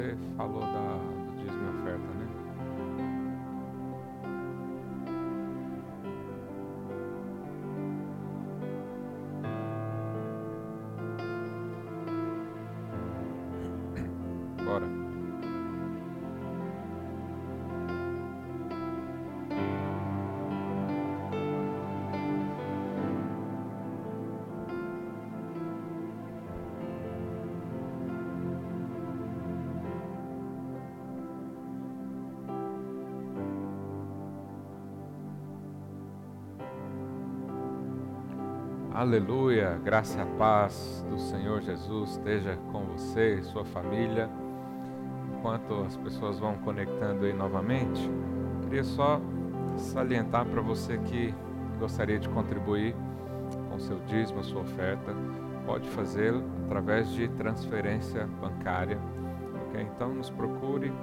Você falou do dízimo e oferta, né? Bora. Aleluia, graça e a paz do Senhor Jesus esteja com você e sua família. Enquanto as pessoas vão conectando aí novamente, queria só salientar para você que gostaria de contribuir com seu dízimo, sua oferta, pode fazê-lo através de transferência bancária, ok? Então nos procure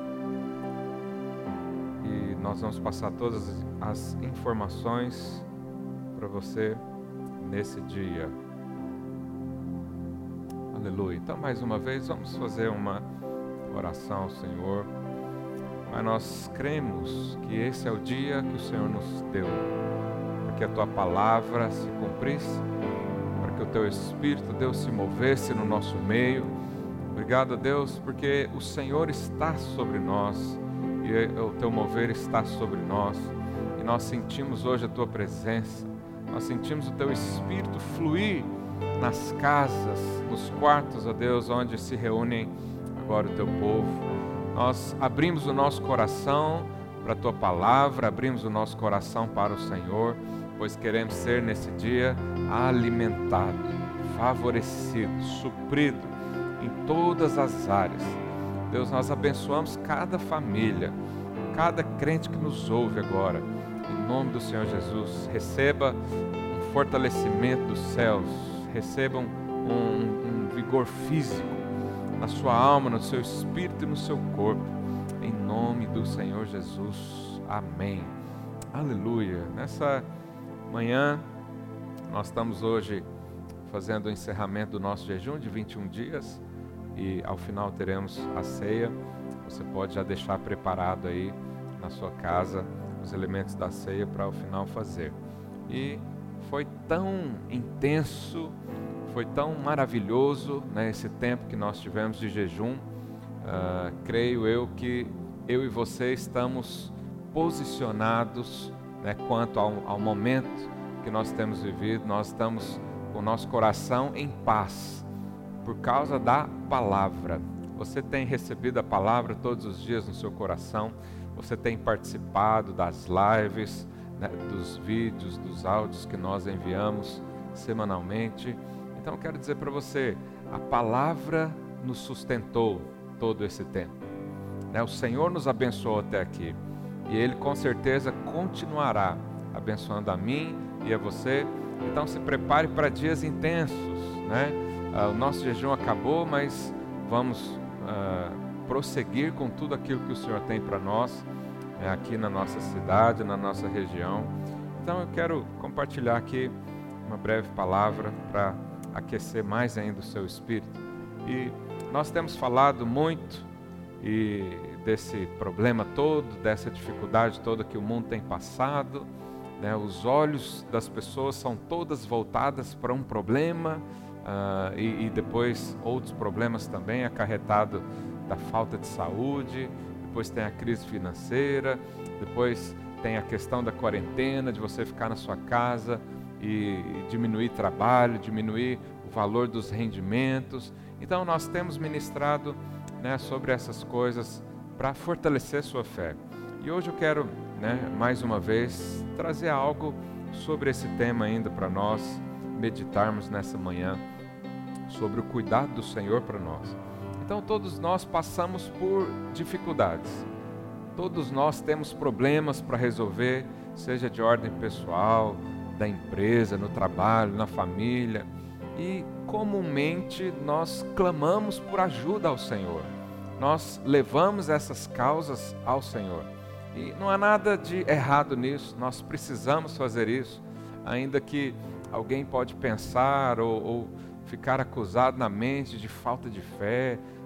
e nós vamos passar todas as informações para você nesse dia. Aleluia. Então mais uma vez vamos fazer uma oração ao Senhor. Mas nós cremos que esse é o dia que o Senhor nos deu, para que a Tua palavra se cumprisse, para que o Teu Espírito, Deus, se movesse no nosso meio. Obrigado, Deus, porque o Senhor está sobre nós e o Teu mover está sobre nós. E nós sentimos hoje a Tua presença, nós sentimos o Teu Espírito fluir nas casas, nos quartos, ó Deus, onde se reúnem agora o Teu povo. Nós abrimos o nosso coração para a Tua palavra, abrimos o nosso coração para o Senhor, pois queremos ser nesse dia alimentados, favorecidos, supridos em todas as áreas. Deus, nós abençoamos cada família, cada crente que nos ouve agora, em nome do Senhor Jesus. Receba um fortalecimento dos céus, recebam um vigor físico na sua alma, no seu espírito e no seu corpo, em nome do Senhor Jesus. Amém. Aleluia. Nessa manhã, nós estamos hoje fazendo o encerramento do nosso jejum de 21 dias e ao final teremos a ceia. Você pode já deixar preparado aí na sua casa os elementos da ceia para ao final fazer. E foi tão intenso, foi tão maravilhoso, né, esse tempo que nós tivemos de jejum. Creio eu que eu e você estamos posicionados, né, quanto ao momento que nós temos vivido. Nós estamos com o nosso coração em paz por causa da palavra. Você tem recebido a palavra todos os dias no seu coração, você tem participado das lives, né, dos vídeos, dos áudios que nós enviamos semanalmente. Então eu quero dizer para você, a palavra nos sustentou todo esse tempo, né? O Senhor nos abençoou até aqui e Ele com certeza continuará abençoando a mim e a você. Então se prepare para dias intensos, né? O nosso jejum acabou, mas vamos prosseguir com tudo aquilo que o Senhor tem para nós, aqui na nossa cidade, na nossa região. Então eu quero compartilhar aqui uma breve palavra para aquecer mais ainda o seu espírito. E nós temos falado muito desse problema todo, dessa dificuldade toda que o mundo tem passado, né? Os olhos das pessoas são todas voltadas para um problema, e depois outros problemas também acarretado da falta de saúde, depois tem a crise financeira, depois tem a questão da quarentena, de você ficar na sua casa e diminuir trabalho, diminuir o valor dos rendimentos. Então nós temos ministrado, né, sobre essas coisas para fortalecer sua fé. E hoje eu quero, né, mais uma vez trazer algo sobre esse tema ainda para nós meditarmos nessa manhã, sobre o cuidado do Senhor para nós. Então todos nós passamos por dificuldades, todos nós temos problemas para resolver, seja de ordem pessoal, da empresa, no trabalho, na família, e comumente nós clamamos por ajuda ao Senhor, nós levamos essas causas ao Senhor, e não há nada de errado nisso, nós precisamos fazer isso, ainda que alguém pode pensar ou ficar acusado na mente de falta de fé,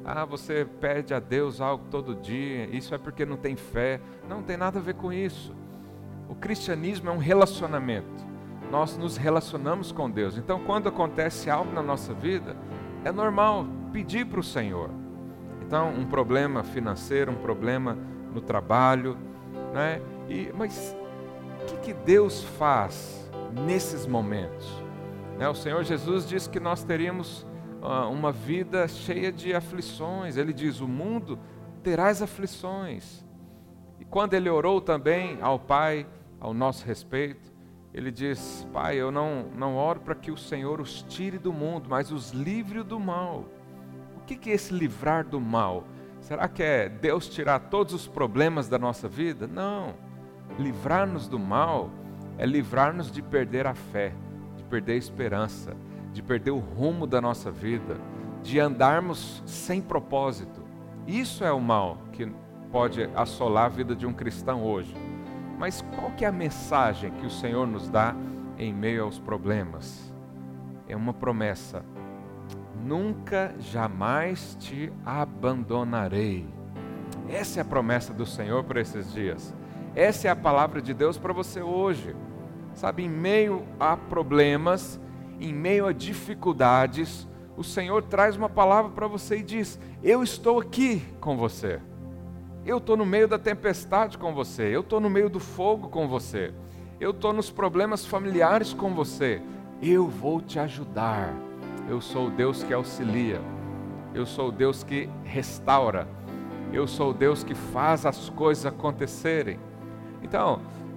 você pede a Deus algo todo dia, isso é porque não tem fé. Não tem nada a ver com isso. O cristianismo é um relacionamento. Nós nos relacionamos com Deus. Então, quando acontece algo na nossa vida, é normal pedir para o Senhor. Então, um problema financeiro, um problema no trabalho, né? Mas o que Deus faz nesses momentos? Né? O Senhor Jesus disse que nós teríamos uma vida cheia de aflições. Ele diz: o mundo terás aflições. E quando ele orou também ao Pai, ao nosso respeito, ele diz: Pai, eu não oro para que o Senhor os tire do mundo, mas os livre do mal. O que é esse livrar do mal? Será que é Deus tirar todos os problemas da nossa vida? Não. Livrar-nos do mal é livrar-nos de perder a fé, de perder a esperança, de perder o rumo da nossa vida, de andarmos sem propósito. Isso é o mal que pode assolar a vida de um cristão hoje. Mas qual que é a mensagem que o Senhor nos dá em meio aos problemas? É uma promessa: nunca, jamais te abandonarei. Essa é a promessa do Senhor para esses dias. Essa é a palavra de Deus para você hoje. Sabe, em meio a problemas, em meio a dificuldades, o Senhor traz uma palavra para você e diz: eu estou aqui com você. Eu estou no meio da tempestade com você. Eu estou no meio do fogo com você. Eu estou nos problemas familiares com você. Eu vou te ajudar. Eu sou o Deus que auxilia. Eu sou o Deus que restaura. Eu sou o Deus que faz as coisas acontecerem. Então,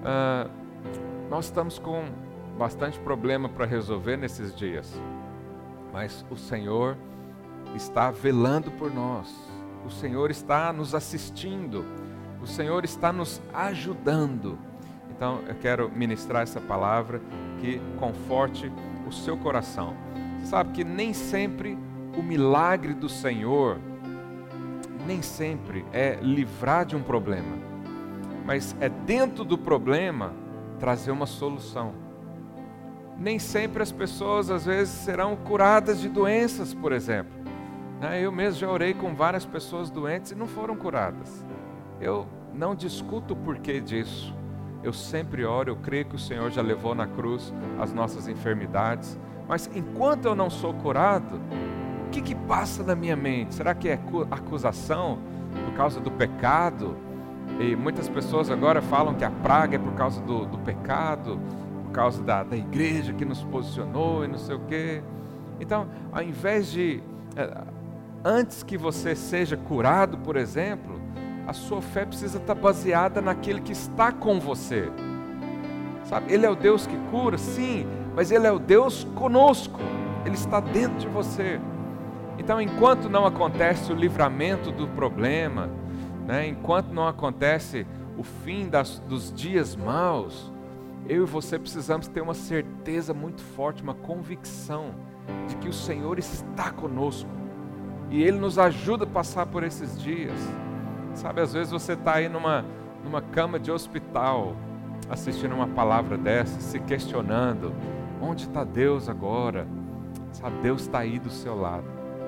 nós estamos com bastante problema para resolver nesses dias. Mas o Senhor está velando por nós. O Senhor está nos assistindo. O Senhor está nos ajudando. Então, eu quero ministrar essa palavra que conforte o seu coração. Você sabe que nem sempre o milagre do Senhor, nem sempre é livrar de um problema, mas é dentro do problema trazer uma solução. Nem sempre as pessoas às vezes serão curadas de doenças, por exemplo. Eu mesmo já orei com várias pessoas doentes e não foram curadas. Eu não discuto o porquê disso. Eu sempre oro, eu creio que o Senhor já levou na cruz as nossas enfermidades. Mas enquanto eu não sou curado, o que passa na minha mente? Será que é acusação por causa do pecado? E muitas pessoas agora falam que a praga é por causa do pecado, por causa da igreja que nos posicionou e não sei o quê. Então, ao invés de... antes que você seja curado, por exemplo, a sua fé precisa estar baseada naquele que está com você. Sabe, Ele é o Deus que cura, sim, mas Ele é o Deus conosco. Ele está dentro de você. Então, enquanto não acontece o livramento do problema, enquanto não acontece o fim dos dias maus, eu e você precisamos ter uma certeza muito forte, uma convicção de que o Senhor está conosco. E Ele nos ajuda a passar por esses dias. Sabe, às vezes você está aí numa cama de hospital, assistindo uma palavra dessa, se questionando: onde está Deus agora? Sabe, Deus está aí do seu lado.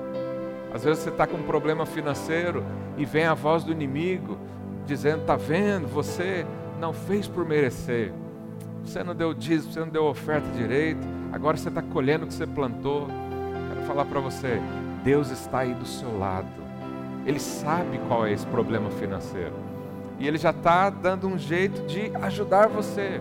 Às vezes você está com um problema financeiro e vem a voz do inimigo dizendo: está vendo, você não fez por merecer. Você não deu dízimo, você não deu oferta direito, agora você está colhendo o que você plantou. Quero falar para você: Deus está aí do seu lado. Ele sabe qual é esse problema financeiro. E Ele já está dando um jeito de ajudar você.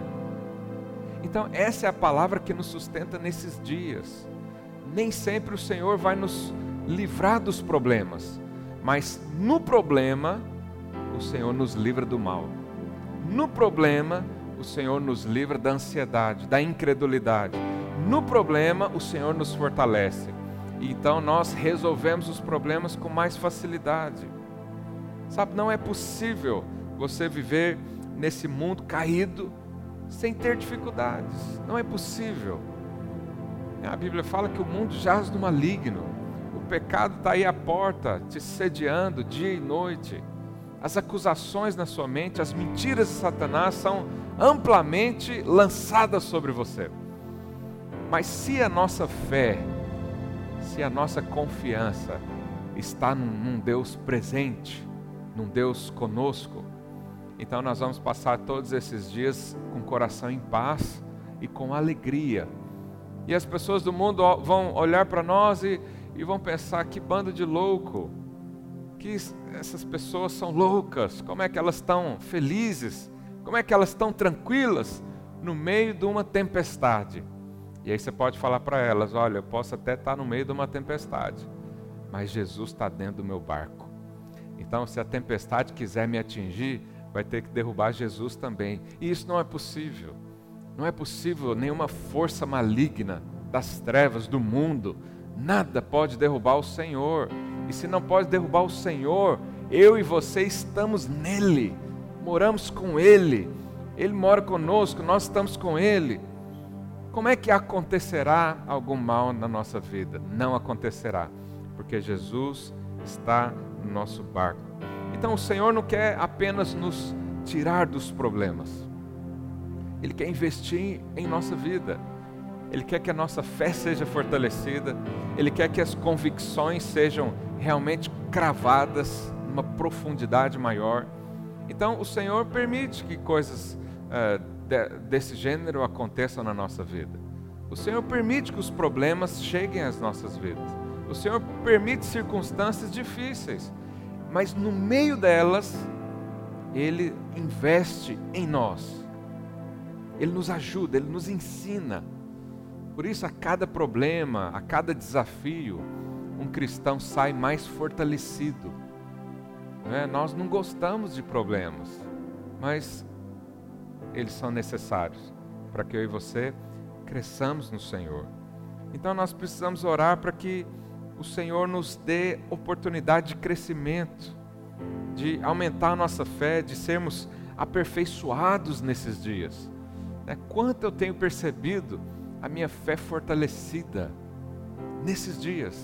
Então, essa é a palavra que nos sustenta nesses dias. Nem sempre o Senhor vai nos livrar dos problemas, mas no problema, o Senhor nos livra do mal. No problema, o Senhor nos livra da ansiedade, da incredulidade. No problema, o Senhor nos fortalece. Então nós resolvemos os problemas com mais facilidade. Sabe, não é possível você viver nesse mundo caído sem ter dificuldades. Não é possível. A Bíblia fala que o mundo jaz no maligno. O pecado está aí à porta, te sediando dia e noite. As acusações na sua mente, as mentiras de Satanás são amplamente lançadas sobre você. Mas se a nossa fé, se a nossa confiança está num Deus presente, num Deus conosco. Então nós vamos passar todos esses dias com o coração em paz e com alegria. E as pessoas do mundo vão olhar para nós e vão pensar: que bando de louco, que essas pessoas são loucas, como é que elas estão felizes, como é que elas estão tranquilas no meio de uma tempestade. E aí você pode falar para elas: olha, eu posso até estar no meio de uma tempestade, mas Jesus está dentro do meu barco. Então se a tempestade quiser me atingir, vai ter que derrubar Jesus também. E isso não é possível. Não é possível nenhuma força maligna das trevas, do mundo. Nada pode derrubar o Senhor. E se não pode derrubar o Senhor, eu e você estamos nele. Moramos com Ele. Ele mora conosco, nós estamos com Ele. Como é que acontecerá algum mal na nossa vida? Não acontecerá, porque Jesus está no nosso barco. Então o Senhor não quer apenas nos tirar dos problemas. Ele quer investir em nossa vida. Ele quer que a nossa fé seja fortalecida. Ele quer que as convicções sejam realmente cravadas numa profundidade maior. Então o Senhor permite que coisas desse gênero aconteçam na nossa vida. O Senhor permite que os problemas cheguem às nossas vidas. O Senhor permite circunstâncias difíceis. Mas no meio delas, Ele investe em nós. Ele nos ajuda, Ele nos ensina. Por isso, a cada problema, a cada desafio, um cristão sai mais fortalecido. Nós não gostamos de problemas, mas eles são necessários para que eu e você cresçamos no Senhor. Então nós precisamos orar para que o Senhor nos dê oportunidade de crescimento, de aumentar a nossa fé, de sermos aperfeiçoados nesses dias. Quanto eu tenho percebido a minha fé fortalecida nesses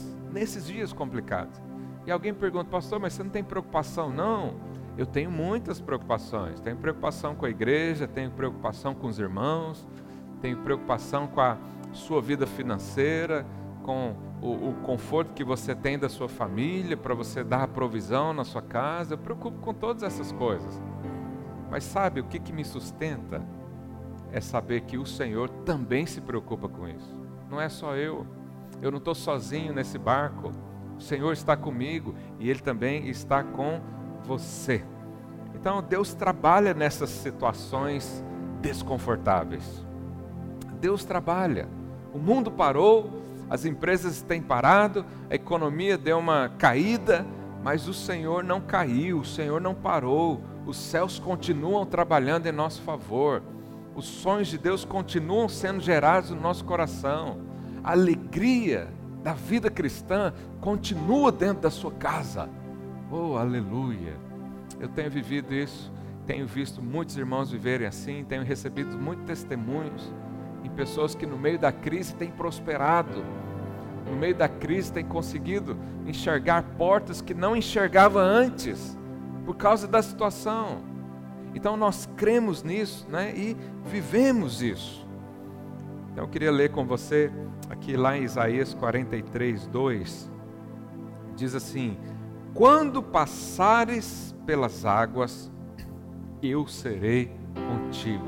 dias complicados. E alguém pergunta: pastor, mas você não tem preocupação? Não, eu tenho muitas preocupações. Tenho preocupação com a igreja, tenho preocupação com os irmãos, tenho preocupação com a sua vida financeira, com o conforto que você tem da sua família, para você dar a provisão na sua casa. Eu preocupo com todas essas coisas. Mas sabe o que me sustenta? É saber que o Senhor também se preocupa com isso. Não é só eu não estou sozinho nesse barco. O Senhor está comigo e Ele também está com você. Então Deus trabalha nessas situações desconfortáveis. Deus trabalha. O mundo parou, as empresas têm parado, a economia deu uma caída, mas o Senhor não caiu, o Senhor não parou. Os céus continuam trabalhando em nosso favor. Os sonhos de Deus continuam sendo gerados no nosso coração. A alegria da vida cristã continua dentro da sua casa. Oh, aleluia! Eu tenho vivido isso, tenho visto muitos irmãos viverem assim, tenho recebido muitos testemunhos em pessoas que no meio da crise têm prosperado, no meio da crise têm conseguido enxergar portas que não enxergava antes, por causa da situação. Então nós cremos nisso, e vivemos isso. Então eu queria ler com você, aqui lá em Isaías 43, 2, diz assim: quando passares pelas águas, eu serei contigo.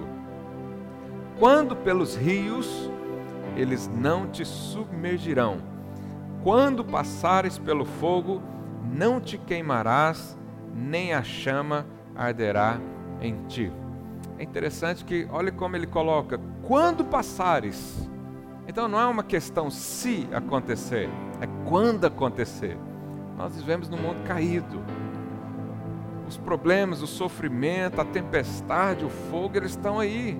Quando pelos rios, eles não te submergirão. Quando passares pelo fogo, não te queimarás, nem a chama arderá em ti. É interessante que, olha como ele coloca: quando passares. Então não é uma questão se acontecer, é quando acontecer. Nós vivemos num mundo caído. Os problemas, o sofrimento, a tempestade, o fogo, eles estão aí.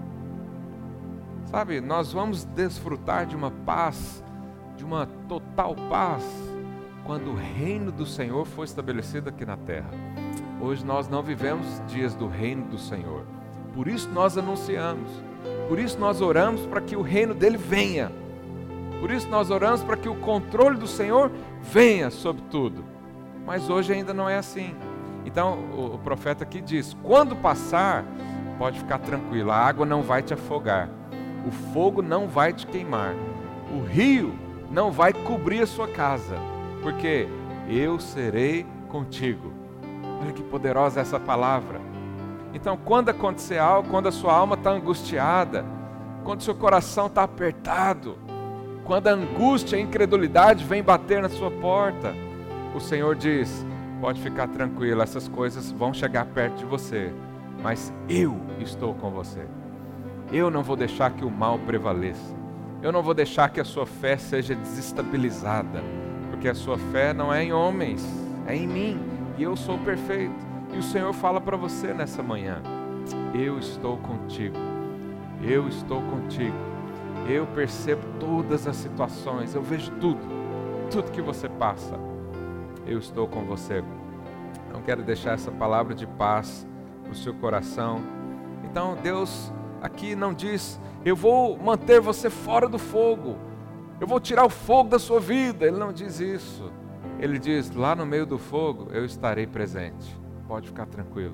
Sabe, nós vamos desfrutar de uma paz, de uma total paz, quando o reino do Senhor for estabelecido aqui na terra. Hoje nós não vivemos dias do reino do Senhor. Por isso nós anunciamos. Por isso nós oramos para que o reino dele venha. Por isso nós oramos para que o controle do Senhor venha sobre tudo. Mas hoje ainda não é assim. Então o profeta aqui diz: quando passar, pode ficar tranquilo, a água não vai te afogar, o fogo não vai te queimar, o rio não vai cobrir a sua casa, porque eu serei contigo. Olha que poderosa essa palavra. Então, quando acontecer algo, quando a sua alma está angustiada, quando o seu coração está apertado, quando a angústia e a incredulidade vem bater na sua porta, o Senhor diz, pode ficar tranquilo, essas coisas vão chegar perto de você, mas eu estou com você. Eu não vou deixar que o mal prevaleça. Eu não vou deixar que a sua fé seja desestabilizada, porque a sua fé não é em homens, é em mim, e eu sou perfeito. E o Senhor fala para você nessa manhã, eu estou contigo, eu estou contigo, eu percebo todas as situações, eu vejo tudo que você passa, eu estou com você. Então quero deixar essa palavra de paz no seu coração. Então Deus aqui não diz, eu vou manter você fora do fogo, eu vou tirar o fogo da sua vida. Ele não diz isso. Ele diz, lá no meio do fogo eu estarei presente. Pode ficar tranquilo.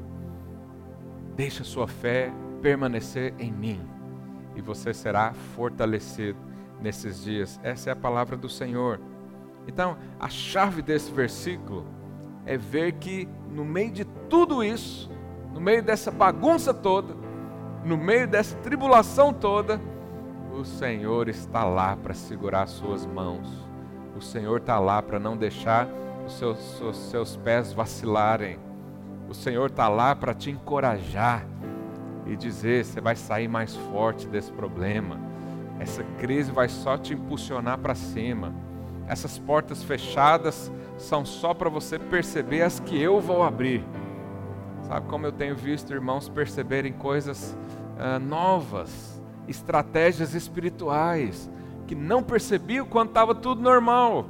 Deixa a sua fé permanecer em mim e você será fortalecido nesses dias. Essa é a palavra do Senhor. Então, a chave desse versículo é ver que no meio de tudo isso, no meio dessa bagunça toda, no meio dessa tribulação toda, o Senhor está lá para segurar as suas mãos. O Senhor está lá para não deixar os seus pés vacilarem. O Senhor está lá para te encorajar e dizer, você vai sair mais forte desse problema. Essa crise vai só te impulsionar para cima. Essas portas fechadas são só para você perceber as que eu vou abrir. Sabe como eu tenho visto irmãos perceberem coisas novas, estratégias espirituais, que não percebiam quando estava tudo normal.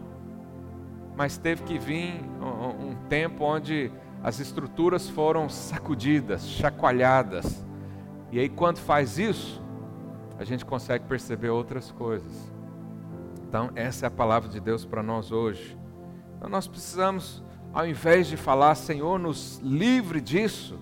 Mas teve que vir um tempo onde as estruturas foram sacudidas, chacoalhadas. E aí quando faz isso, a gente consegue perceber outras coisas. Então essa é a palavra de Deus para nós hoje. Então nós precisamos, ao invés de falar, Senhor, nos livre disso,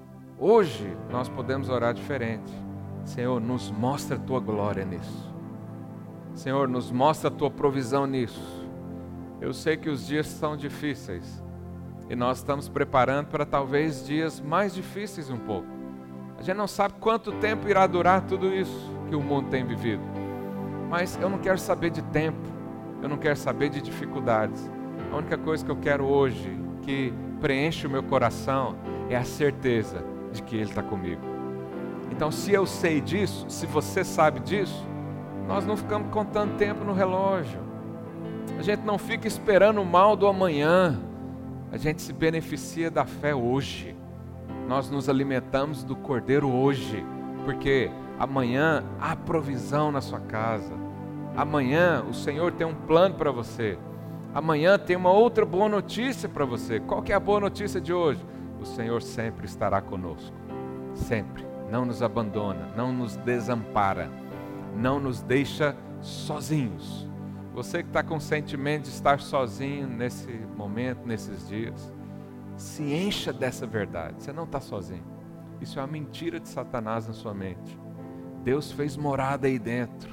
hoje nós podemos orar diferente. Senhor, nos mostra a Tua glória nisso. Senhor, nos mostra a Tua provisão nisso. Eu sei que os dias são difíceis. E nós estamos preparando para talvez dias mais difíceis um pouco. A gente não sabe quanto tempo irá durar tudo isso que o mundo tem vivido. Mas eu não quero saber de tempo. Eu não quero saber de dificuldades. A única coisa que eu quero hoje, que preenche o meu coração, é a certeza de que Ele está comigo. Então se eu sei disso, se você sabe disso, nós não ficamos contando tempo no relógio. A gente não fica esperando o mal do amanhã. A gente se beneficia da fé hoje. Nós nos alimentamos do Cordeiro hoje, porque amanhã há provisão na sua casa. Amanhã o Senhor tem um plano para você. Amanhã tem uma outra boa notícia para você. Qual que é a boa notícia de hoje? O Senhor sempre estará conosco. Sempre. Não nos abandona, não nos desampara, não nos deixa sozinhos. Você que está com o sentimento de estar sozinho nesse momento, nesses dias, se encha dessa verdade. Você não está sozinho. Isso é uma mentira de Satanás na sua mente. Deus fez morada aí dentro.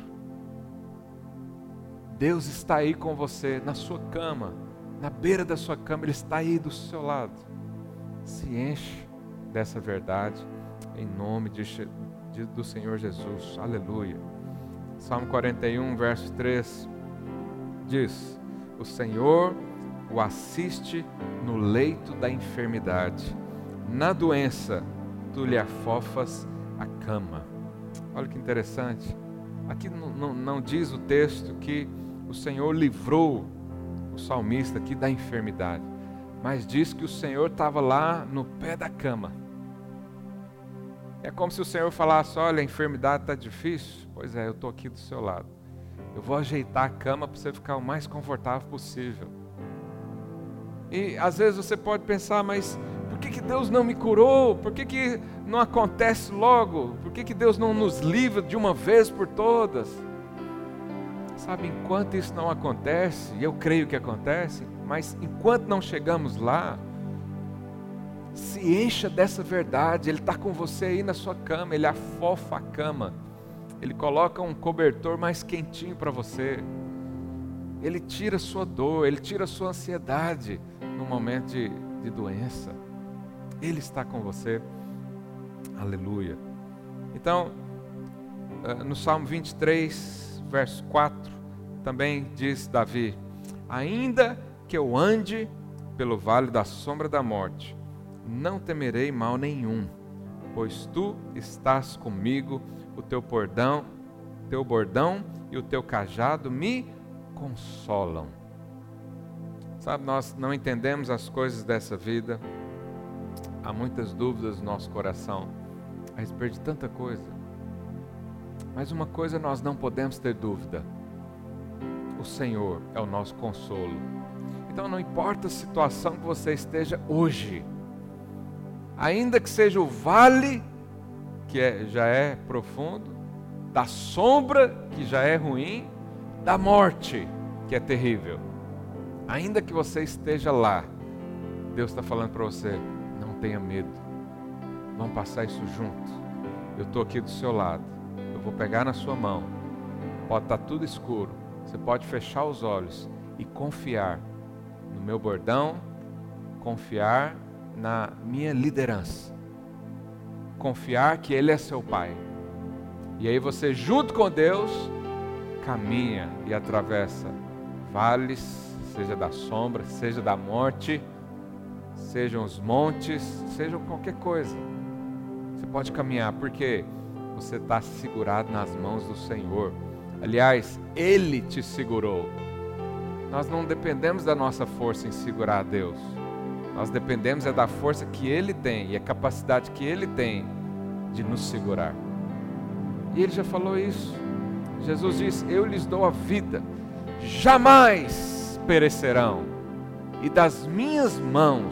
Deus está aí com você, na sua cama, na beira da sua cama, Ele está aí do seu lado. Se enche dessa verdade, em nome do Senhor Jesus. Aleluia. Salmo 41, verso 3, diz, o Senhor o assiste no leito da enfermidade, na doença tu lhe afofas a cama. Olha que interessante, aqui não diz o texto que o Senhor livrou o salmista aqui da enfermidade, mas diz que o Senhor estava lá no pé da cama. É como se o Senhor falasse, olha, a enfermidade está difícil, pois é, eu estou aqui do seu lado. Eu vou ajeitar a cama para você ficar o mais confortável possível. E às vezes você pode pensar, mas por que Deus não me curou? Por que não acontece logo? Por que Deus não nos livra de uma vez por todas? Sabe, enquanto isso não acontece, e eu creio que acontece, mas enquanto não chegamos lá, se encha dessa verdade. Ele está com você aí na sua cama, Ele afofa a cama, Ele coloca um cobertor mais quentinho para você. Ele tira a sua dor, Ele tira a sua ansiedade no momento de doença. Ele está com você. Aleluia. Então, no Salmo 23, verso 4, também diz Davi: ainda que eu ande pelo vale da sombra da morte, não temerei mal nenhum, pois tu estás comigo, o teu bordão e o teu cajado me consolam. Sabe, nós não entendemos as coisas dessa vida, há muitas dúvidas no nosso coração a respeito de tanta coisa, mas uma coisa nós não podemos ter dúvida: o Senhor é o nosso consolo. Então não importa a situação que você esteja hoje, ainda que seja o vale, que já é profundo, da sombra, que já é ruim, da morte, que é terrível, ainda que você esteja lá, Deus está falando para você: não tenha medo, vamos passar isso junto, eu estou aqui do seu lado, eu vou pegar na sua mão, pode estar tudo escuro, você pode fechar os olhos e confiar no meu bordão, confiar na minha liderança, confiar que Ele é seu Pai. E aí você, junto com Deus, caminha e atravessa vales, seja da sombra, seja da morte, sejam os montes, sejam qualquer coisa. Você pode caminhar, porque você está segurado nas mãos do Senhor. Aliás, Ele te segurou. Nós não dependemos da nossa força em segurar a Deus. Nós dependemos da força que Ele tem e a capacidade que Ele tem de nos segurar. E Ele já falou isso. Jesus disse: eu lhes dou a vida, jamais perecerão, e das minhas mãos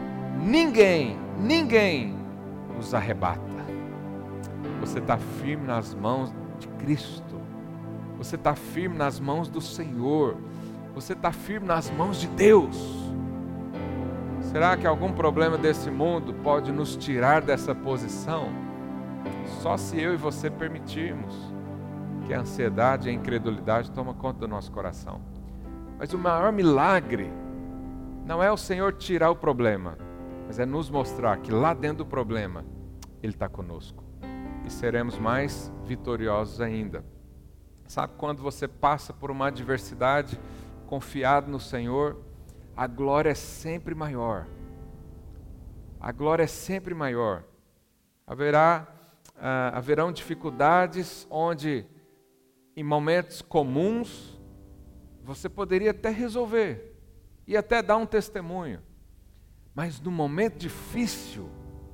ninguém os arrebata. Você está firme nas mãos de Cristo. Você está firme nas mãos do Senhor. Você está firme nas mãos de Deus. Será que algum problema desse mundo pode nos tirar dessa posição? Só se eu e você permitirmos que a ansiedade e a incredulidade tomem conta do nosso coração. Mas o maior milagre não é o Senhor tirar o problema, mas é nos mostrar que lá dentro do problema Ele está conosco. E seremos mais vitoriosos ainda. Sabe, quando você passa por uma adversidade, confiado no Senhor, a glória é sempre maior. A glória é sempre maior. Haverão dificuldades onde, em momentos comuns, você poderia até resolver e até dar um testemunho. Mas no momento difícil,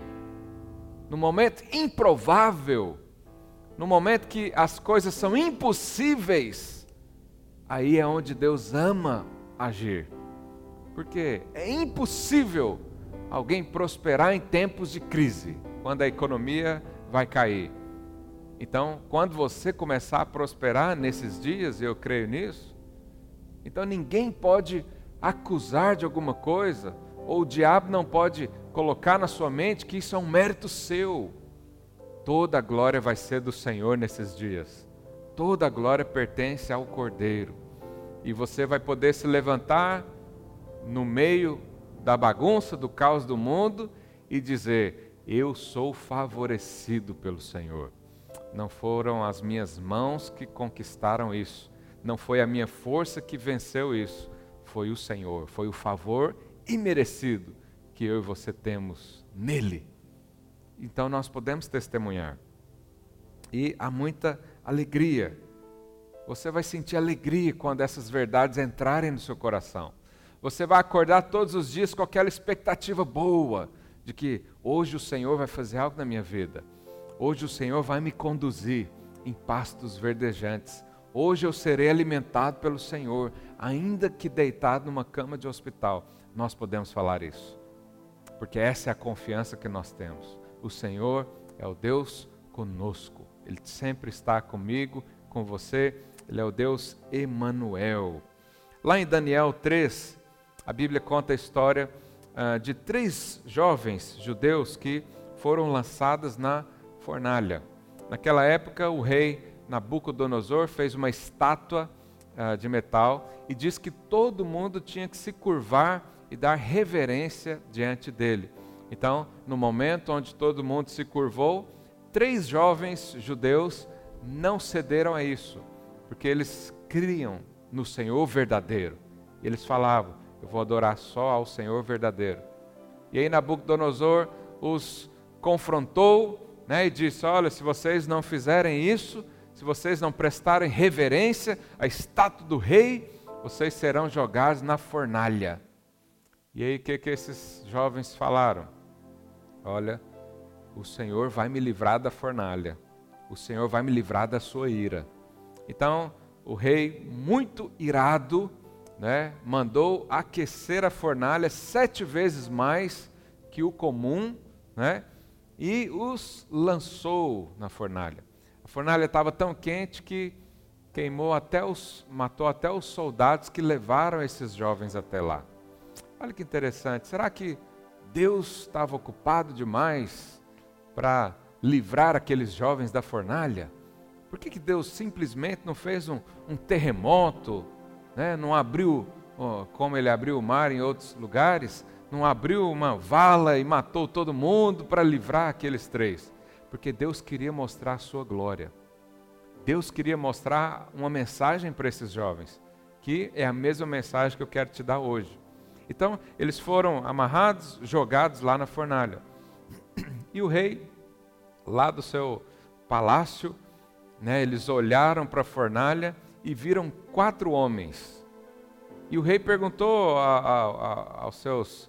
no momento improvável, no momento que as coisas são impossíveis, aí é onde Deus ama agir. Porque é impossível alguém prosperar em tempos de crise, quando a economia vai cair. Então, quando você começar a prosperar nesses dias, eu creio nisso, então ninguém pode acusar de alguma coisa, ou o diabo não pode colocar na sua mente que isso é um mérito seu. Toda a glória vai ser do Senhor nesses dias. Toda a glória pertence ao Cordeiro. E você vai poder se levantar no meio da bagunça, do caos do mundo e dizer: eu sou favorecido pelo Senhor. Não foram as minhas mãos que conquistaram isso. Não foi a minha força que venceu isso. Foi o Senhor. Foi o favor imerecido que eu e você temos nele. Então nós podemos testemunhar. E há muita alegria. Você vai sentir alegria quando essas verdades entrarem no seu coração. Você vai acordar todos os dias com aquela expectativa boa de que hoje o Senhor vai fazer algo na minha vida. Hoje o Senhor vai me conduzir em pastos verdejantes. Hoje eu serei alimentado pelo Senhor, ainda que deitado numa cama de hospital. Nós podemos falar isso, porque essa é a confiança que nós temos. O Senhor é o Deus conosco. Ele sempre está comigo, com você. Ele é o Deus Emanuel. Lá em Daniel 3, a Bíblia conta a história de 3 jovens judeus que foram lançadas na fornalha. Naquela época, o rei Nabucodonosor fez uma estátua de metal, e diz que todo mundo tinha que se curvar e dar reverência diante dele. Então, no momento onde todo mundo se curvou, 3 jovens judeus não cederam a isso, porque eles criam no Senhor verdadeiro. Eles falavam: eu vou adorar só ao Senhor verdadeiro. E aí Nabucodonosor os confrontou, e disse: olha, se vocês não fizerem isso, se vocês não prestarem reverência à estátua do rei, vocês serão jogados na fornalha. E aí o que esses jovens falaram? Olha, o Senhor vai me livrar da fornalha, o Senhor vai me livrar da sua ira. Então o rei, muito irado, mandou aquecer a fornalha 7 vezes mais que o comum, e os lançou na fornalha. A fornalha estava tão quente que matou até os soldados que levaram esses jovens até lá. Olha que interessante, será que Deus estava ocupado demais para livrar aqueles jovens da fornalha? Por que Deus simplesmente não fez um terremoto, não abriu, como ele abriu o mar em outros lugares, não abriu uma vala e matou todo mundo para livrar aqueles 3? Porque Deus queria mostrar a sua glória. Deus queria mostrar uma mensagem para esses jovens, que é a mesma mensagem que eu quero te dar hoje. Então, eles foram amarrados, jogados lá na fornalha. E o rei, lá do seu palácio, eles olharam para a fornalha e viram 4 homens. E o rei perguntou aos seus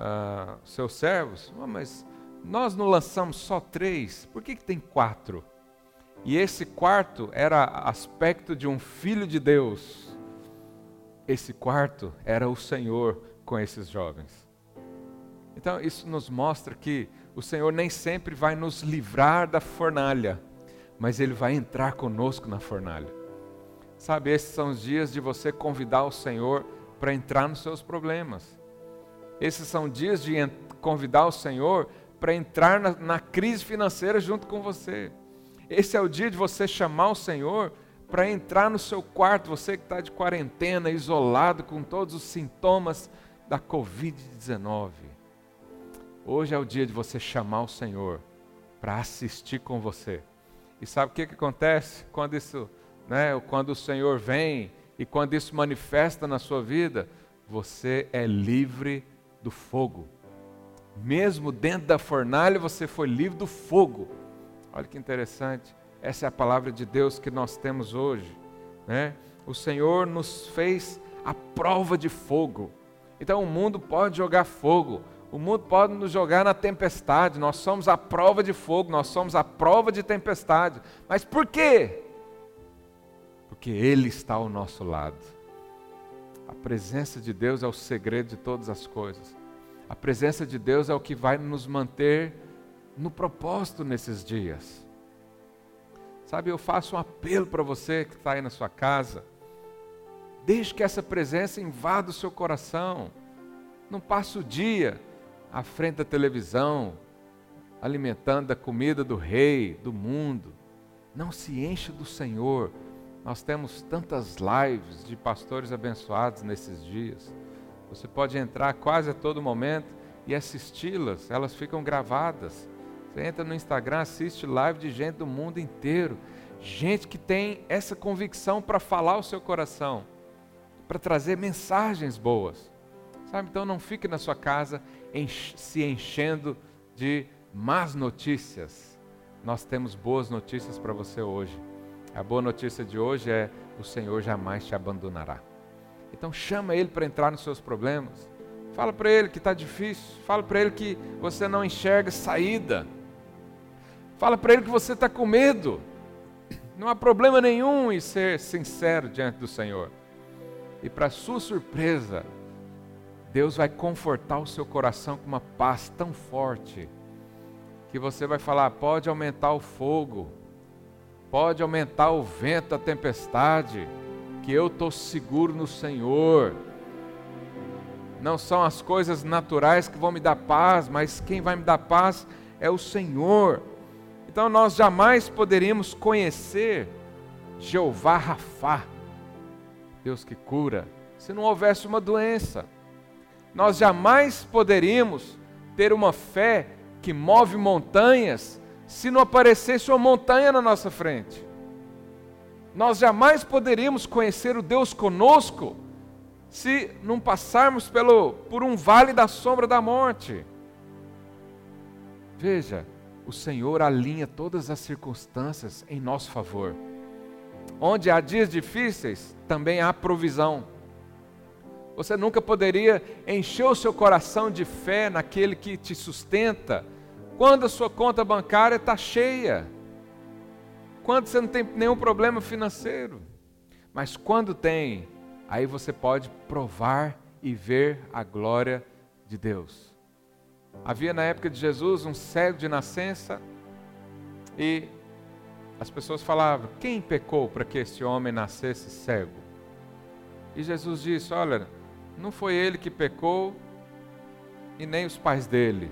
servos: mas nós não lançamos só 3, por que tem 4? E esse quarto era aspecto de um filho de Deus. Esse quarto era o Senhor com esses jovens. Então isso nos mostra que o Senhor nem sempre vai nos livrar da fornalha, mas Ele vai entrar conosco na fornalha. Sabe, esses são os dias de você convidar o Senhor para entrar nos seus problemas. Esses são dias de convidar o Senhor para entrar na crise financeira junto com você. Esse é o dia de você chamar o Senhor para entrar no seu quarto, você que está de quarentena, isolado, com todos os sintomas da Covid-19. Hoje é o dia de você chamar o Senhor para assistir com você. E sabe o que acontece quando isso, quando o Senhor vem e quando isso manifesta na sua vida? Você é livre do fogo. Mesmo dentro da fornalha, você foi livre do fogo. Olha que interessante. Essa é a palavra de Deus que nós temos hoje. O Senhor nos fez a prova de fogo. Então o mundo pode jogar fogo, o mundo pode nos jogar na tempestade, nós somos a prova de fogo, nós somos a prova de tempestade. Mas por quê? Porque Ele está ao nosso lado. A presença de Deus é o segredo de todas as coisas. A presença de Deus é o que vai nos manter no propósito nesses dias. Sabe, eu faço um apelo para você que está aí na sua casa. Deixe que essa presença invada o seu coração. Não passe o dia à frente da televisão, alimentando da comida do rei, do mundo. Não se encha do Senhor. Nós temos tantas lives de pastores abençoados nesses dias. Você pode entrar quase a todo momento e assisti-las. Elas ficam gravadas. Você entra no Instagram, assiste live de gente do mundo inteiro. Gente que tem essa convicção para falar ao seu coração, para trazer mensagens boas. Sabe, então não fique na sua casa se enchendo de más notícias. Nós temos boas notícias para você hoje. A boa notícia de hoje é: o Senhor jamais te abandonará. Então chama Ele para entrar nos seus problemas. Fala para Ele que está difícil. Fala para Ele que você não enxerga saída. Fala para Ele que você está com medo. Não há problema nenhum em ser sincero diante do Senhor. E para sua surpresa, Deus vai confortar o seu coração com uma paz tão forte, que você vai falar: pode aumentar o fogo, pode aumentar o vento, a tempestade, que eu estou seguro no Senhor. Não são as coisas naturais que vão me dar paz, mas quem vai me dar paz é o Senhor. Então nós jamais poderíamos conhecer Jeová Rafá, Deus que cura, se não houvesse uma doença. Nós jamais poderíamos ter uma fé que move montanhas se não aparecesse uma montanha na nossa frente. Nós jamais poderíamos conhecer o Deus conosco se não passarmos por um vale da sombra da morte. Veja, o Senhor alinha todas as circunstâncias em nosso favor. Onde há dias difíceis, também há provisão. Você nunca poderia encher o seu coração de fé naquele que te sustenta quando a sua conta bancária está cheia, quando você não tem nenhum problema financeiro. Mas quando tem, aí você pode provar e ver a glória de Deus. Havia na época de Jesus um cego de nascença e as pessoas falavam: quem pecou para que esse homem nascesse cego? E Jesus disse: olha, não foi ele que pecou e nem os pais dele,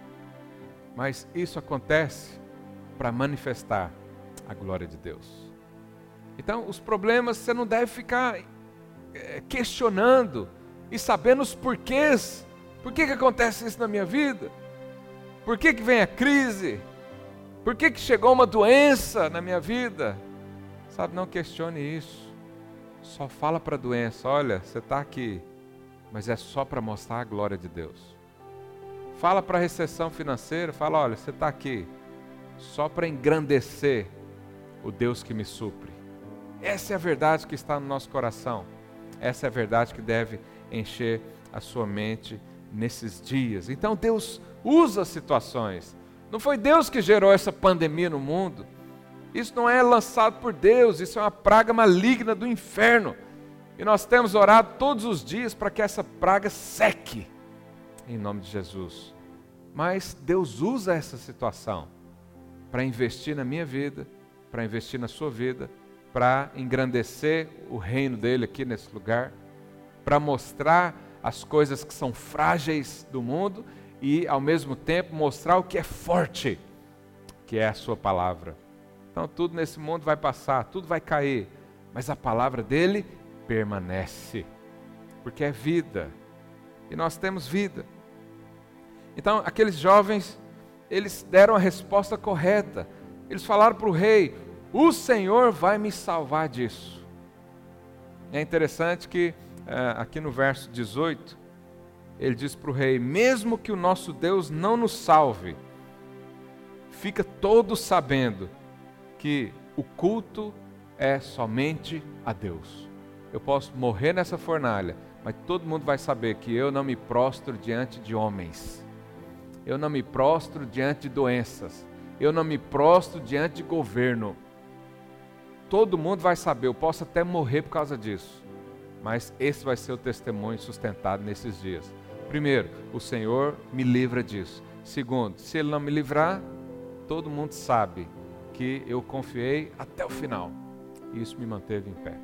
mas isso acontece para manifestar a glória de Deus. Então os problemas você não deve ficar questionando e sabendo os porquês. Por que acontece isso na minha vida? Por que vem a crise? Por que chegou uma doença na minha vida? Sabe, não questione isso. Só fala para a doença: olha, você está aqui, mas é só para mostrar a glória de Deus. Fala para a recessão financeira, fala: olha, você está aqui, só para engrandecer o Deus que me supre. Essa é a verdade que está no nosso coração. Essa é a verdade que deve encher a sua mente nesses dias. Então Deus usa situações. Não foi Deus que gerou essa pandemia no mundo. Isso não é lançado por Deus, isso é uma praga maligna do inferno. E nós temos orado todos os dias para que essa praga seque, em nome de Jesus. Mas Deus usa essa situação para investir na minha vida, para investir na sua vida, para engrandecer o reino dele aqui nesse lugar, para mostrar as coisas que são frágeis do mundo e, ao mesmo tempo, mostrar o que é forte, que é a sua palavra. Então, tudo nesse mundo vai passar, tudo vai cair, mas a palavra dele permanece, porque é vida, e nós temos vida. Então, aqueles jovens, eles deram a resposta correta. Eles falaram para o rei: o Senhor vai me salvar disso. É interessante que aqui no verso 18, ele diz para o rei: mesmo que o nosso Deus não nos salve, fica todos sabendo que o culto é somente a Deus. Eu posso morrer nessa fornalha, mas todo mundo vai saber que eu não me prostro diante de homens. Eu não me prostro diante de doenças. Eu não me prostro diante de governo. Todo mundo vai saber, eu posso até morrer por causa disso. Mas esse vai ser o testemunho sustentado nesses dias. Primeiro, o Senhor me livra disso. Segundo, se Ele não me livrar, todo mundo sabe que eu confiei até o final. E isso me manteve em pé.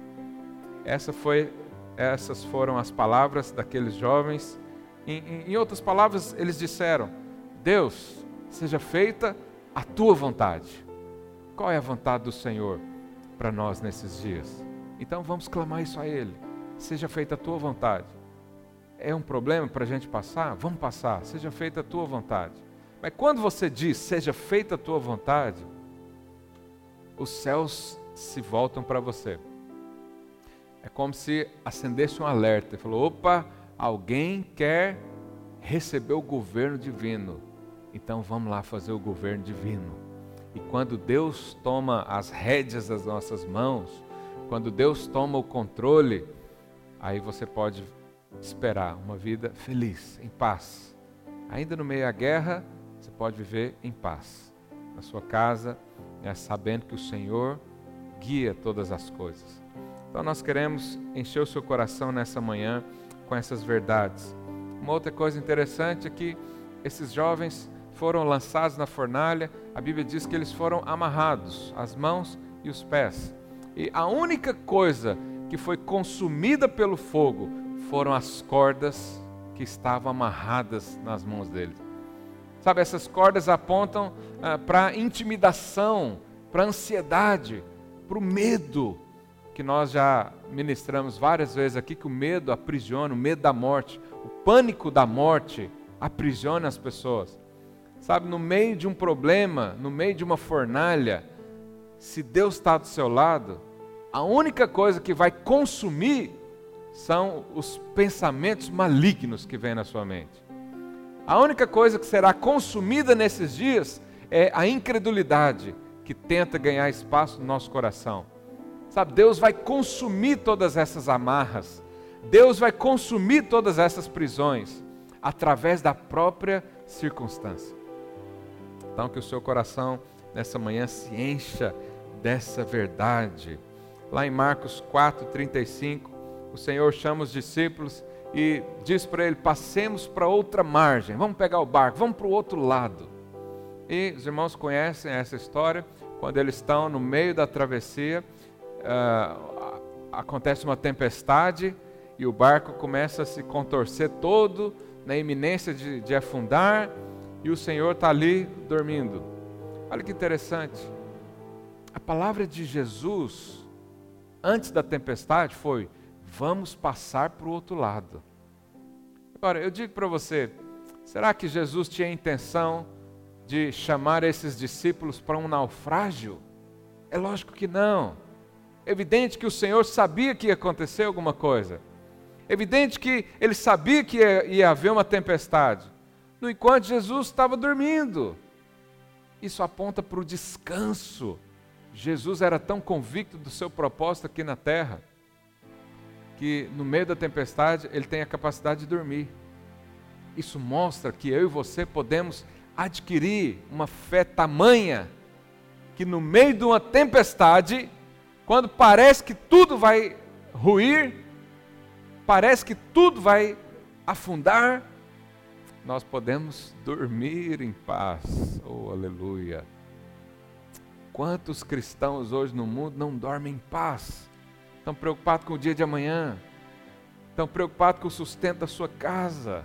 Essas foram as palavras daqueles jovens. Em outras palavras, eles disseram: Deus, seja feita a Tua vontade. Qual é a vontade do Senhor para nós nesses dias? Então vamos clamar isso a Ele. Seja feita a Tua vontade. É um problema para a gente passar? Vamos passar. Seja feita a Tua vontade. Mas quando você diz, seja feita a Tua vontade, os céus se voltam para você. É como se acendesse um alerta e falou: opa, alguém quer receber o governo divino. Então vamos lá fazer o governo divino. E quando Deus toma as rédeas das nossas mãos, quando Deus toma o controle, aí você pode esperar uma vida feliz, em paz. Ainda no meio da guerra, você pode viver em paz. Na sua casa, sabendo que o Senhor guia todas as coisas. Então nós queremos encher o seu coração nessa manhã com essas verdades. Uma outra coisa interessante é que esses jovens foram lançados na fornalha. A Bíblia diz que eles foram amarrados, as mãos e os pés. E a única coisa que foi consumida pelo fogo foram as cordas que estavam amarradas nas mãos deles. Sabe, essas cordas apontam para a intimidação, para a ansiedade, para o medo que nós já ministramos várias vezes aqui, que o medo aprisiona, o medo da morte, o pânico da morte aprisiona as pessoas. Sabe, no meio de um problema, no meio de uma fornalha, se Deus está do seu lado, a única coisa que vai consumir são os pensamentos malignos que vêm na sua mente. A única coisa que será consumida nesses dias é a incredulidade que tenta ganhar espaço no nosso coração. Sabe, Deus vai consumir todas essas amarras, Deus vai consumir todas essas prisões através da própria circunstância. Então que o seu coração nessa manhã se encha dessa verdade. Lá em Marcos 4:35, o Senhor chama os discípulos e diz para ele: passemos para outra margem, vamos pegar o barco, vamos para o outro lado. E os irmãos conhecem essa história, quando eles estão no meio da travessia, acontece uma tempestade e o barco começa a se contorcer todo, na iminência de afundar, e o Senhor está ali dormindo. Olha que interessante, a palavra de Jesus antes da tempestade foi: vamos passar para o outro lado. Agora, eu digo para você, será que Jesus tinha a intenção de chamar esses discípulos para um naufrágio? É lógico que não. É evidente que o Senhor sabia que ia acontecer alguma coisa. É evidente que Ele sabia que ia haver uma tempestade. No enquanto Jesus estava dormindo. Isso aponta para o descanso. Jesus era tão convicto do seu propósito aqui na terra, que no meio da tempestade Ele tem a capacidade de dormir. Isso mostra que eu e você podemos adquirir uma fé tamanha, que no meio de uma tempestade, quando parece que tudo vai ruir, parece que tudo vai afundar, nós podemos dormir em paz. Oh, aleluia! Quantos cristãos hoje no mundo não dormem em paz? Estão preocupados com o dia de amanhã, estão preocupados com o sustento da sua casa.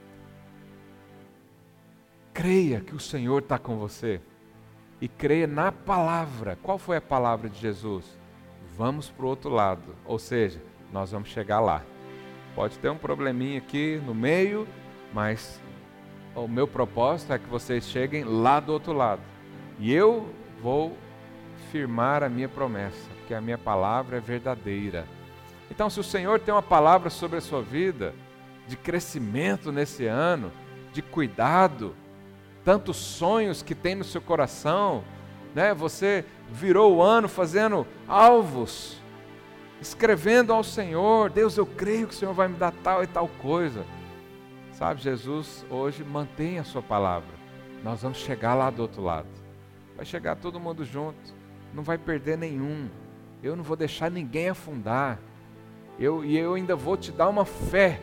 Creia que o Senhor está com você e creia na palavra. Qual foi a palavra de Jesus? Vamos para o outro lado, ou seja, nós vamos chegar lá. Pode ter um probleminha aqui no meio, mas o meu propósito é que vocês cheguem lá do outro lado. E eu vou firmar a minha promessa, que a minha palavra é verdadeira. Então, se o Senhor tem uma palavra sobre a sua vida, de crescimento nesse ano, de cuidado, tantos sonhos que tem no seu coração, né? Você virou o ano fazendo alvos, escrevendo ao Senhor: Deus, eu creio que o Senhor vai me dar tal e tal coisa. Sabe, Jesus hoje mantém a sua palavra. Nós vamos chegar lá do outro lado. Vai chegar todo mundo junto, não vai perder nenhum. Eu não vou deixar ninguém afundar. Eu ainda vou te dar uma fé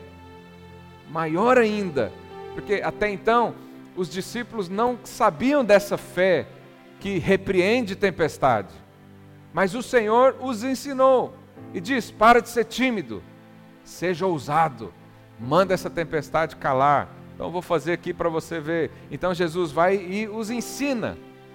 maior ainda, porque até então os discípulos não sabiam dessa fé que repreende tempestade, mas o Senhor os ensinou e diz: para de ser tímido, seja ousado, manda essa tempestade calar. Então eu vou fazer aqui para você ver. Então Jesus vai e os ensina.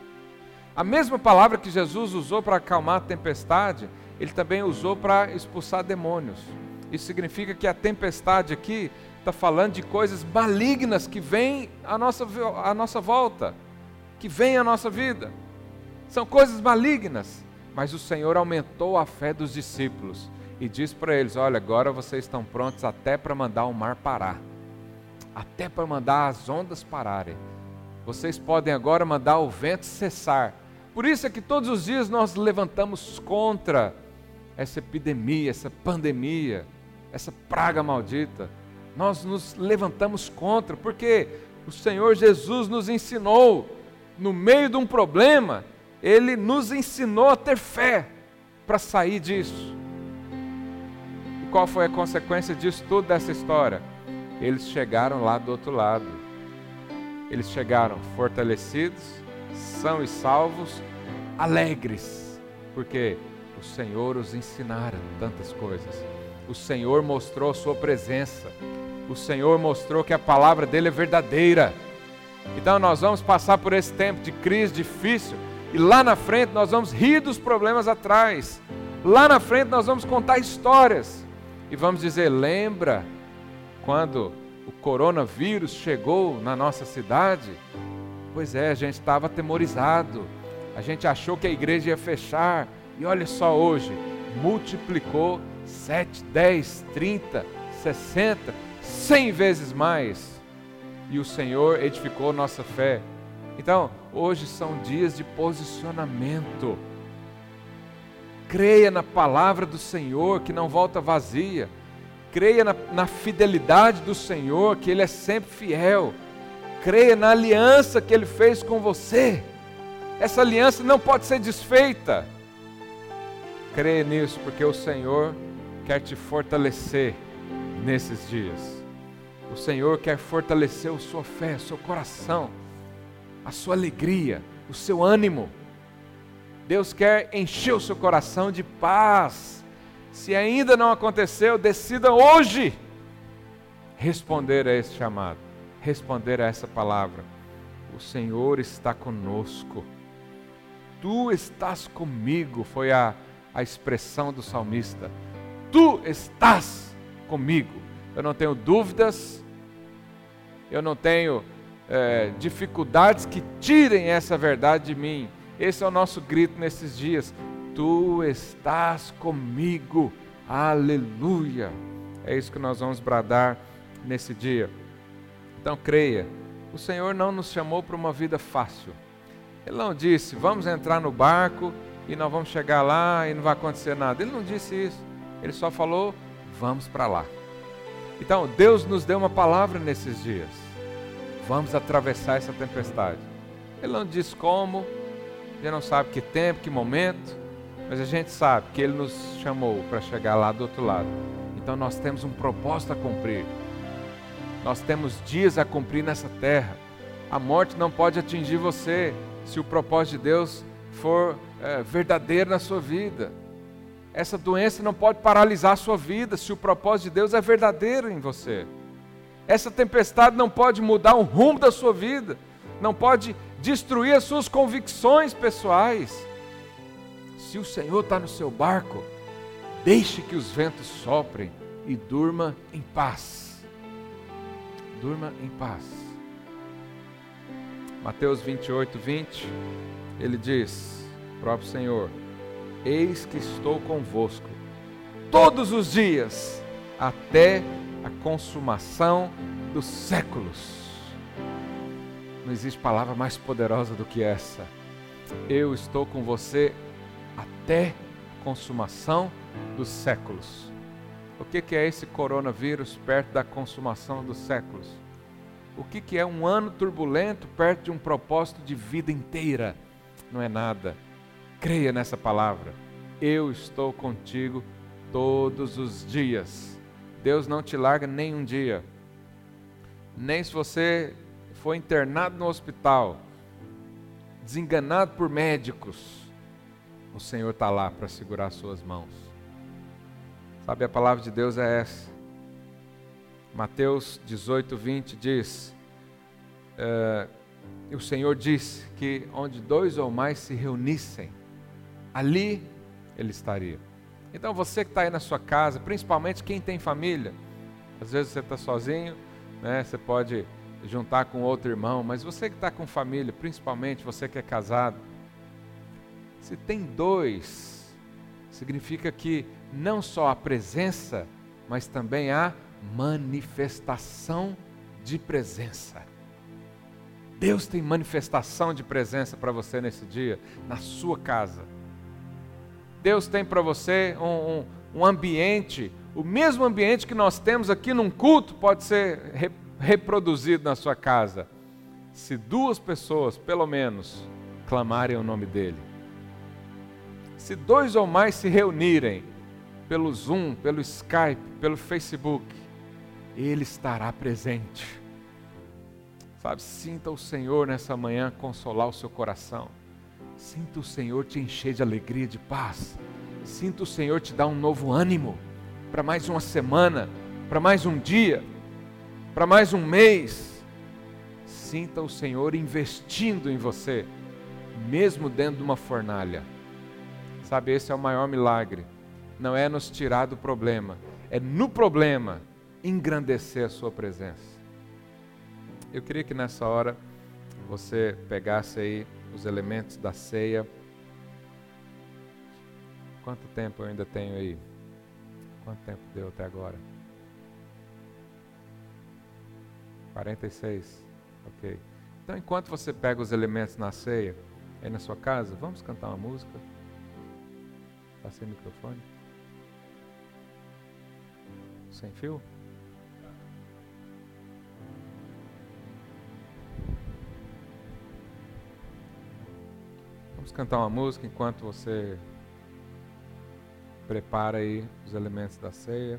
A mesma palavra que Jesus usou para acalmar a tempestade, Ele também usou para expulsar demônios. Isso significa que a tempestade aqui está falando de coisas malignas que vêm à nossa volta, que vêm à nossa vida. São coisas malignas, mas o Senhor aumentou a fé dos discípulos e diz para eles: olha, agora vocês estão prontos até para mandar o mar parar, até para mandar as ondas pararem. Vocês podem agora mandar o vento cessar. Por isso é que todos os dias nós levantamos contra essa epidemia, essa pandemia, essa praga maldita. Nós nos levantamos contra, porque o Senhor Jesus nos ensinou, no meio de um problema, Ele nos ensinou a ter fé para sair disso. E qual foi a consequência disso tudo, dessa história? Eles chegaram lá do outro lado. Eles chegaram fortalecidos, são e salvos, alegres, porque o Senhor os ensinara tantas coisas. O Senhor mostrou a sua presença. O Senhor mostrou que a palavra dele é verdadeira. Então nós vamos passar por esse tempo de crise difícil, e lá na frente nós vamos rir dos problemas atrás, Lá na frente nós vamos contar histórias e vamos dizer: lembra quando o coronavírus chegou na nossa cidade? Pois é, a gente estava atemorizado, a gente achou que a igreja ia fechar, e olha só hoje, multiplicou 7, 10, 30, 60, 100 vezes mais, e o Senhor edificou nossa fé. Então, hoje são dias de posicionamento. Creia na palavra do Senhor, que não volta vazia. Creia na fidelidade do Senhor, que Ele é sempre fiel. Creia na aliança que Ele fez com você. Essa aliança não pode ser desfeita. Creia nisso, porque o Senhor quer te fortalecer nesses dias. O Senhor quer fortalecer a sua fé, o seu coração, a sua alegria, o seu ânimo. Deus quer encher o seu coração de paz. Se ainda não aconteceu, decida hoje responder a esse chamado, responder a essa palavra. O Senhor está conosco. Tu estás comigo, foi a expressão do salmista. Tu estás comigo. Eu não tenho dúvidas, eu não tenho dificuldades que tirem essa verdade de mim. Esse é o nosso grito nesses dias. Tu estás comigo, aleluia. É isso que nós vamos bradar nesse dia. Então creia, o Senhor não nos chamou para uma vida fácil. Ele não disse: vamos entrar no barco e nós vamos chegar lá e não vai acontecer nada. Ele não disse isso, Ele só falou: vamos para lá. Então Deus nos deu uma palavra nesses dias. Vamos atravessar essa tempestade. Ele não disse como, a gente não sabe que tempo, que momento, mas a gente sabe que Ele nos chamou para chegar lá do outro lado. Então nós temos um propósito a cumprir. Nós temos dias a cumprir nessa terra. A morte não pode atingir você se o propósito de Deus for verdadeiro na sua vida. Essa doença não pode paralisar a sua vida se o propósito de Deus é verdadeiro em você. Essa tempestade não pode mudar o rumo da sua vida, não pode destruir as suas convicções pessoais. Se o Senhor está no seu barco, deixe que os ventos soprem e durma em paz. Durma em paz. Mateus 28, 20, ele diz, o próprio Senhor: eis que estou convosco todos os dias, até a consumação dos séculos. Não existe palavra mais poderosa do que essa. Eu estou com você até a consumação dos séculos. O que é esse coronavírus perto da consumação dos séculos? O que é um ano turbulento perto de um propósito de vida inteira? Não é nada. Creia nessa palavra. Eu estou contigo todos os dias. Deus não te larga nem um dia. Nem se você for internado no hospital, desenganado por médicos, o Senhor está lá para segurar suas mãos. Sabe, a palavra de Deus é essa. Mateus 18, 20 diz, o Senhor disse que onde 2 ou mais se reunissem, ali Ele estaria. Então você que está aí na sua casa, principalmente quem tem família, às vezes você está sozinho, né? Você pode juntar com outro irmão, mas você que está com família, principalmente você que é casado, se tem 2, significa que não só a presença, mas também a manifestação de presença. Deus tem manifestação de presença para você nesse dia, na sua casa. Deus tem para você um ambiente, o mesmo ambiente que nós temos aqui num culto pode ser reproduzido na sua casa, se 2 pessoas, pelo menos, clamarem o nome dEle. Se 2 ou mais se reunirem, pelo Zoom, pelo Skype, pelo Facebook, Ele estará presente. Sabe, sinta o Senhor nessa manhã consolar o seu coração. Sinta o Senhor te encher de alegria, de paz. Sinta o Senhor te dar um novo ânimo para mais uma semana, para mais um dia, para mais um mês. Sinta o Senhor investindo em você, mesmo dentro de uma fornalha. Sabe, esse é o maior milagre não é nos tirar do problema, é no problema engrandecer a sua presença. Eu queria que nessa hora você pegasse aí os elementos da ceia. Quanto tempo eu ainda tenho aí? Quanto tempo deu até agora? 46? Ok. Então, enquanto você pega os elementos na ceia, aí na sua casa, vamos cantar uma música? Tá sem microfone? Sem fio? Vamos cantar uma música enquanto você prepara aí os elementos da ceia.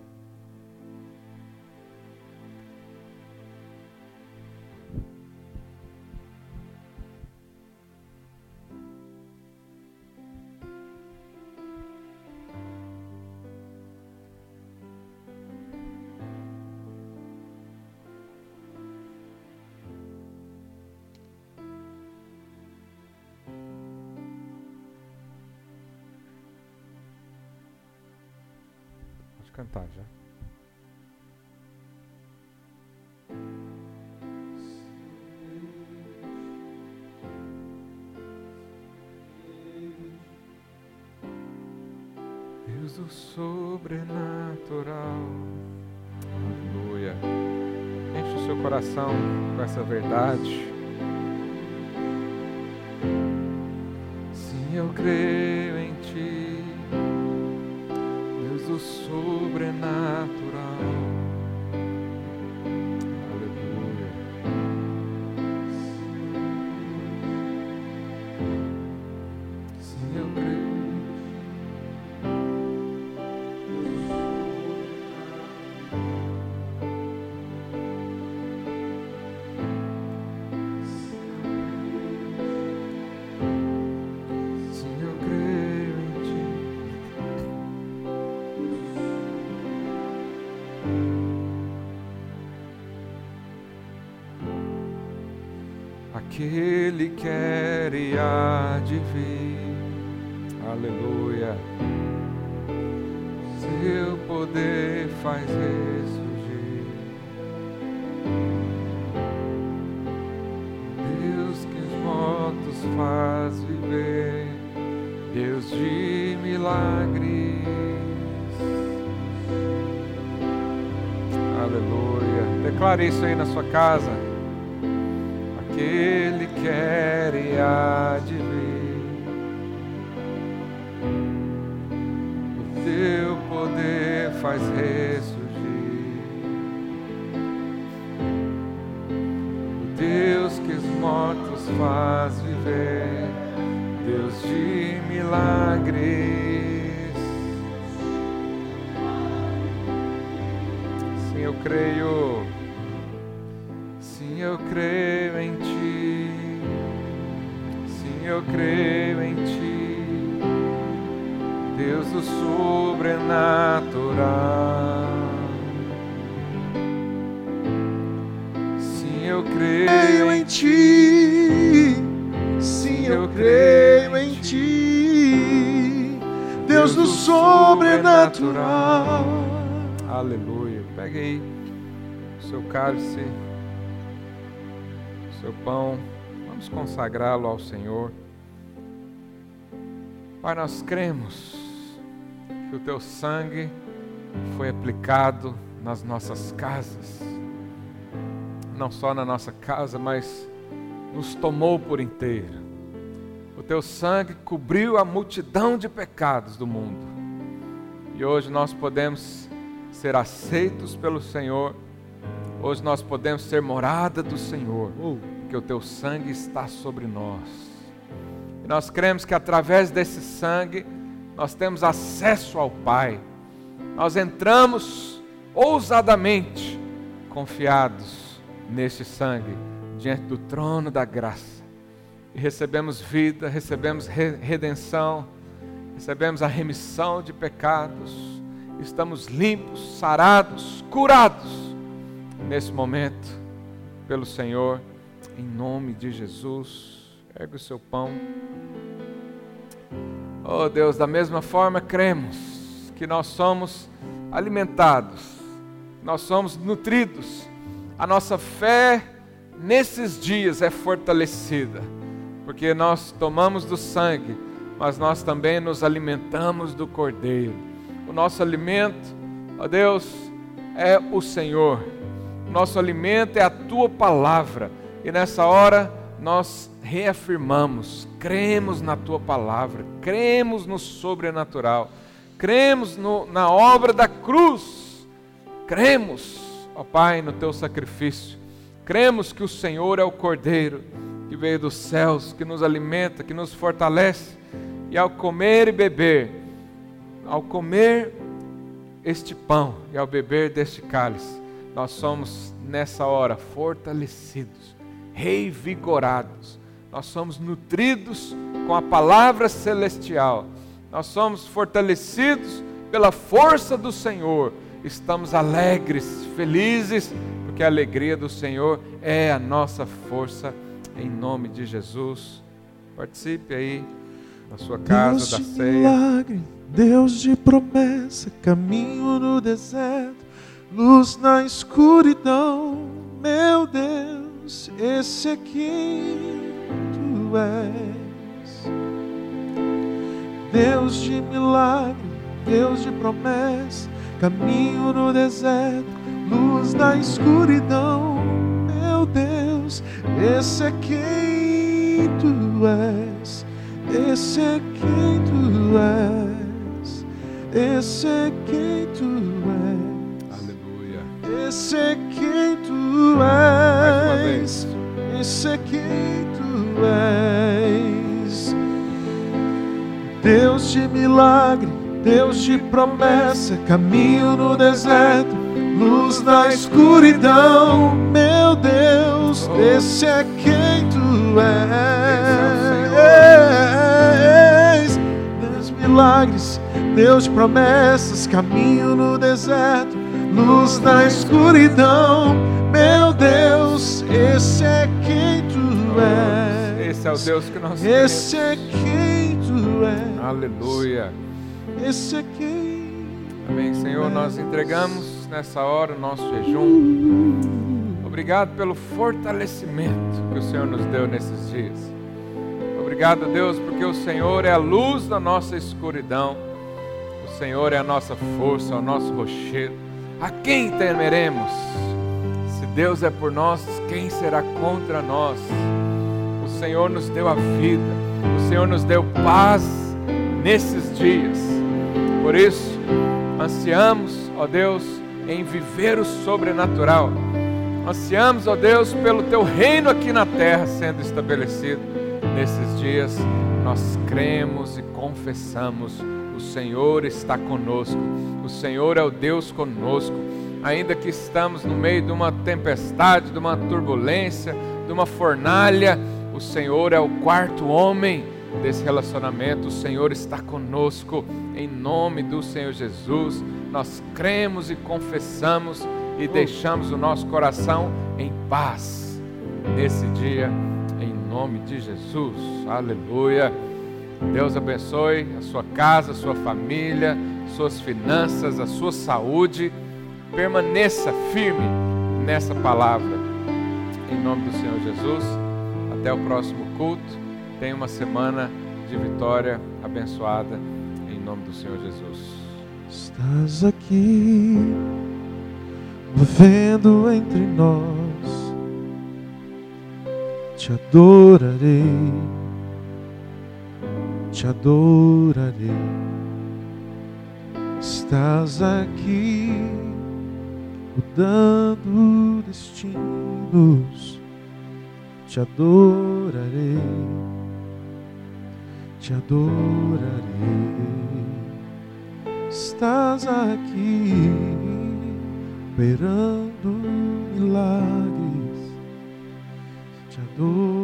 Pode cantar já. Deus do sobrenatural. Aleluia. Enche o seu coração com essa verdade. Sim, eu creio em Ti, Deus do sobrenatural. Aleluia. Sim, eu creio. Aquele quer e há de vir, aleluia. Seu poder faz ressurgir. Deus que os mortos faz viver, Deus de milagres, aleluia. Declare isso aí na sua casa. Ele quer e há de vir, o teu poder faz ressurgir. O Deus que os mortos faz viver, Deus de milagres. Sim, eu creio. Sim, eu creio em Ti. Sim, eu creio em Ti, Deus do sobrenatural. Sim, eu creio em Ti. Sim, eu creio em Ti, Deus do sobrenatural. Aleluia. Pegue aí o seu cálice, seu pão, vamos consagrá-lo ao Senhor. Pai, nós cremos que o Teu sangue foi aplicado nas nossas casas, não só na nossa casa, mas nos tomou por inteiro. O Teu sangue cobriu a multidão de pecados do mundo, e hoje nós podemos ser aceitos pelo Senhor. Hoje nós podemos ser morada do Senhor, porque o Teu sangue está sobre nós. E nós cremos que através desse sangue, nós temos acesso ao Pai. Nós entramos ousadamente, confiados neste sangue, diante do trono da graça. E recebemos vida, recebemos redenção, recebemos a remissão de pecados. Estamos limpos, sarados, curados nesse momento, pelo Senhor, em nome de Jesus. Ergue o seu pão. Oh Deus, da mesma forma cremos que nós somos alimentados, nós somos nutridos, a nossa fé nesses dias é fortalecida, porque nós tomamos do sangue, mas nós também nos alimentamos do Cordeiro. O nosso alimento, ó Deus, é o Senhor. O nosso alimento é a Tua palavra. E nessa hora nós reafirmamos, cremos na Tua palavra, cremos no sobrenatural, cremos na obra da cruz, cremos, ó Pai, no Teu sacrifício, cremos que o Senhor é o Cordeiro que veio dos céus, que nos alimenta, que nos fortalece. E ao comer e beber, ao comer este pão e ao beber deste cálice, nós somos nessa hora fortalecidos, revigorados, nós somos nutridos com a palavra celestial, nós somos fortalecidos pela força do Senhor, estamos alegres, felizes, porque a alegria do Senhor é a nossa força, em nome de Jesus. Participe aí na sua casa, Deus da ceia. De milagre, Deus de promessa, caminho no deserto, luz na escuridão. Meu Deus, esse é quem Tu és. Deus de milagre, Deus de promessa, caminho no deserto, luz na escuridão. Meu Deus, esse é quem Tu és. Esse é quem Tu és, esse é quem Tu és, Aleluia. esse é quem Tu és, esse é quem Tu és. Deus de milagre, Deus de promessa, caminho no deserto, luz na escuridão. Meu Deus, esse é quem Tu és. Deus de milagres, Deus de promessas, caminho no deserto, luz na escuridão. Meu Deus, esse é quem Tu és. Esse é o Deus que nós Esse temos. é quem Tu és. Aleluia. Esse é quem. Amém, Senhor, nós entregamos nessa hora o nosso jejum. Obrigado pelo fortalecimento que o Senhor nos deu nesses dias. Obrigado, Deus, porque o Senhor é a luz da nossa escuridão. O Senhor é a nossa força, o nosso rochedo. A quem temeremos? Se Deus é por nós, quem será contra nós? O Senhor nos deu a vida. O Senhor nos deu paz nesses dias. Por isso, ansiamos, ó Deus, em viver o sobrenatural. Ansiamos, ó Deus, pelo Teu reino aqui na terra sendo estabelecido. Nesses dias, nós cremos e confessamos: o Senhor está conosco, o Senhor é o Deus conosco. Ainda que estamos no meio de uma tempestade, de uma turbulência, de uma fornalha, o Senhor é o quarto homem desse relacionamento. O Senhor está conosco, em nome do Senhor Jesus. Nós cremos e confessamos e deixamos o nosso coração em paz nesse dia, em nome de Jesus. Aleluia. Deus abençoe a sua casa, a sua família, suas finanças, a sua saúde. Permaneça firme nessa palavra, em nome do Senhor Jesus. Até o próximo culto. Tenha uma semana de vitória abençoada, em nome do Senhor Jesus. Estás aqui, movendo entre nós, te adorarei, te adorarei. Estás aqui, mudando destinos, te adorarei, te adorarei. Estás aqui, operando milagres, te adorarei.